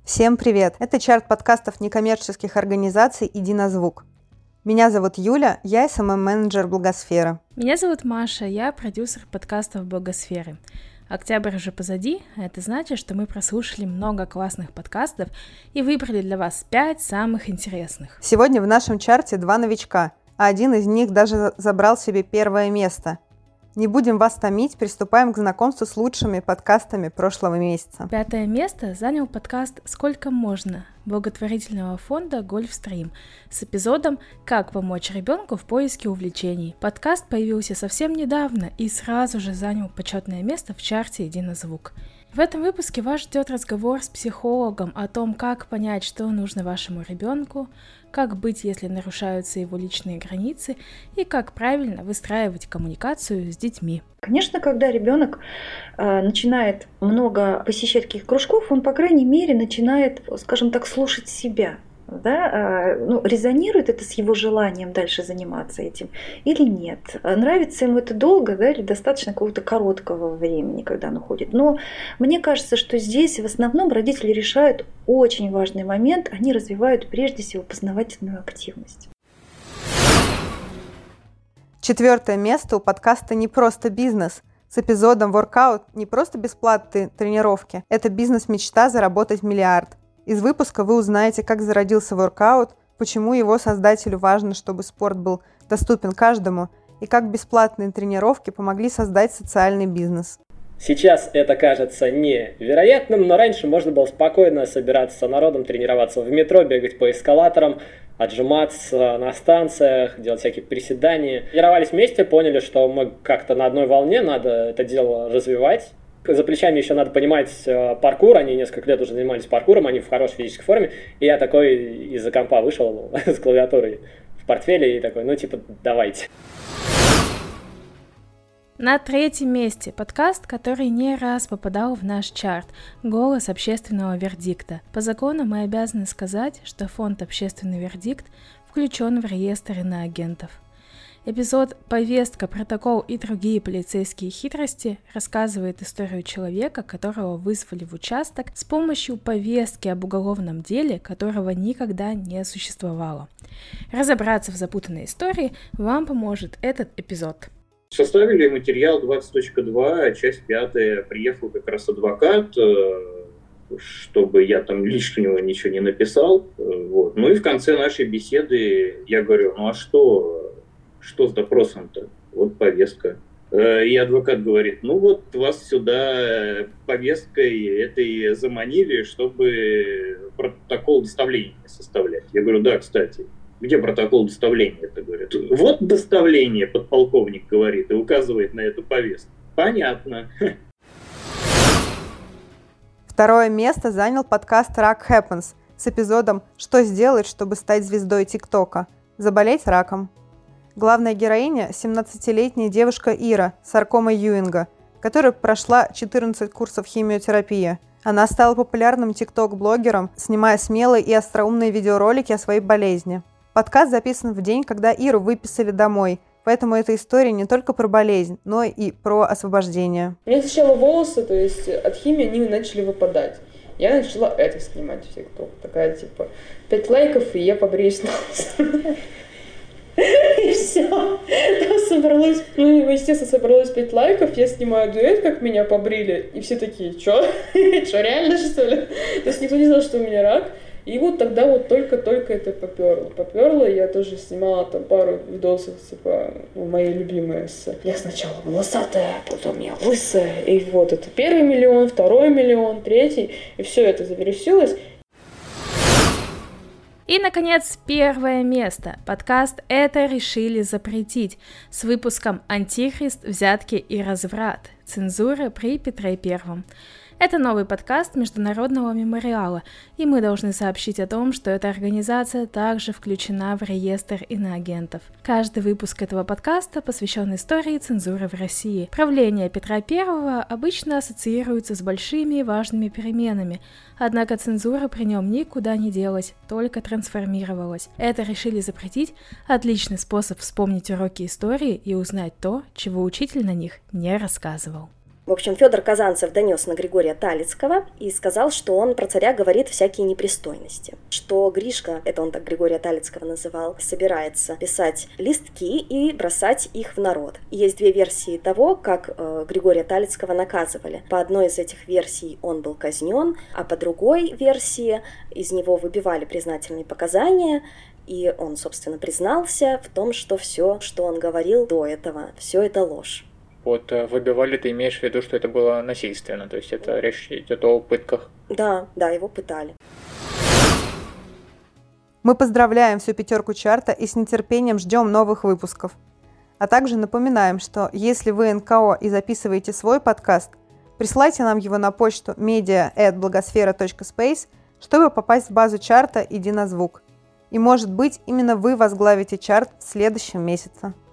Всем привет! Это чарт подкастов некоммерческих организаций «Иди на звук». Меня зовут Юля, я СММ-менеджер Благосферы. Меня зовут Маша, я продюсер подкастов Благосферы. Октябрь уже позади, а это значит, что мы прослушали много классных подкастов и выбрали для вас 5 самых интересных. Сегодня в нашем чарте 2 новичка, а один из них даже забрал себе первое место. Не будем вас томить, приступаем к знакомству с лучшими подкастами прошлого месяца. 5 место занял подкаст «Сколько можно» благотворительного фонда «Гольфстрим» с эпизодом «Как помочь ребенку в поиске увлечений». Подкаст появился совсем недавно и сразу же занял почетное место в чарте «Иди на звук». В этом выпуске вас ждет разговор с психологом о том, как понять, что нужно вашему ребенку, как быть, если нарушаются его личные границы, и как правильно выстраивать коммуникацию с детьми. Конечно, когда ребенок начинает много посещать каких кружков, он, по крайней мере, начинает, скажем так, слушать себя. Да? Резонирует это с его желанием дальше заниматься этим или нет? Нравится ему это долго, да, или достаточно какого-то короткого времени, когда он уходит? Но мне кажется, что здесь в основном родители решают очень важный момент, они развивают прежде всего познавательную активность. 4 место у подкаста «Не просто бизнес» с эпизодом «Воркаут» не просто бесплатные тренировки, это бизнес-мечта заработать миллиард. Из выпуска вы узнаете, как зародился воркаут, почему его создателю важно, чтобы спорт был доступен каждому, и как бесплатные тренировки помогли создать социальный бизнес. Сейчас это кажется невероятным, но раньше можно было спокойно собираться с народом, тренироваться в метро, бегать по эскалаторам, отжиматься на станциях, делать всякие приседания. Тренировались вместе, поняли, что мы как-то на одной волне, надо это дело развивать. За плечами еще надо понимать паркур, они несколько лет уже занимались паркуром, они в хорошей физической форме, и я такой из-за компа вышел с клавиатурой в портфеле и такой, давайте. На 3-м месте подкаст, который не раз попадал в наш чарт «Голос общественного вердикта». По закону мы обязаны сказать, что фонд «Общественный вердикт» включен в реестр иноагентов. Эпизод «Повестка, протокол и другие полицейские хитрости» рассказывает историю человека, которого вызвали в участок с помощью повестки об уголовном деле, которого никогда не существовало. Разобраться в запутанной истории вам поможет этот эпизод. Составили материал 20.2, часть 5. Приехал как раз адвокат, чтобы я там лишнего ничего не написал. Вот. Ну и в конце нашей беседы я говорю, а что с допросом-то? Вот повестка. И адвокат говорит, вас сюда повесткой этой заманили, чтобы протокол доставления составлять. Я говорю, да, кстати, где протокол доставления? Это говорят. Вот доставление, подполковник говорит, и указывает на эту повестку. Понятно. 2 место занял подкаст «Рак Happens» с эпизодом «Что сделать, чтобы стать звездой ТикТока? Заболеть раком». Главная героиня – 17-летняя девушка Ира с саркомой Юинга, которая прошла 14 курсов химиотерапии. Она стала популярным тикток-блогером, снимая смелые и остроумные видеоролики о своей болезни. Подкаст записан в день, когда Иру выписали домой, поэтому эта история не только про болезнь, но и про освобождение. У меня сначала волосы, то есть от химии они начали выпадать. Я начала это снимать в ТикТок. Такая 5 лайков, и я побреюсь на нос. И все. Там собралось, естественно, собралось 5 лайков, я снимаю дуэт, как меня побрили, и все такие, чё? Чё, реально, что ли? То есть никто не знал, что у меня рак. И вот тогда только-только это попёрло. Я тоже снимала там пару видосов, мои любимые. Я сначала волосатая, потом я лысая. И вот это 1 миллион, 2 миллион, 3, и все это завершилось. И, наконец, 1 место. Подкаст «Это решили запретить» с выпуском «Антихрист, взятки и разврат. Цензура при Петре Первом». Это новый подкаст Международного мемориала, и мы должны сообщить о том, что эта организация также включена в реестр иноагентов. Каждый выпуск этого подкаста посвящен истории цензуры в России. Правление Петра I обычно ассоциируется с большими и важными переменами, однако цензура при нем никуда не делась, только трансформировалась. Это решили запретить – отличный способ вспомнить уроки истории и узнать то, чего учитель на них не рассказывал. В общем, Федор Казанцев донес на Григория Талицкого и сказал, что он про царя говорит всякие непристойности. Что Гришка, это он так Григория Талицкого называл, собирается писать листки и бросать их в народ. Есть две версии того, как Григория Талицкого наказывали. По одной из этих версий он был казнен, а по другой версии из него выбивали признательные показания, и он, собственно, признался в том, что все, что он говорил до этого, все это ложь. Вот выбивали, ты имеешь в виду, что это было насильственно, то есть это речь идет о пытках? Да, его пытали. Мы поздравляем всю пятерку чарта и с нетерпением ждем новых выпусков. А также напоминаем, что если вы НКО и записываете свой подкаст, присылайте нам его на почту media@blogosfera.space, чтобы попасть в базу чарта «Иди на звук». И, может быть, именно вы возглавите чарт в следующем месяце.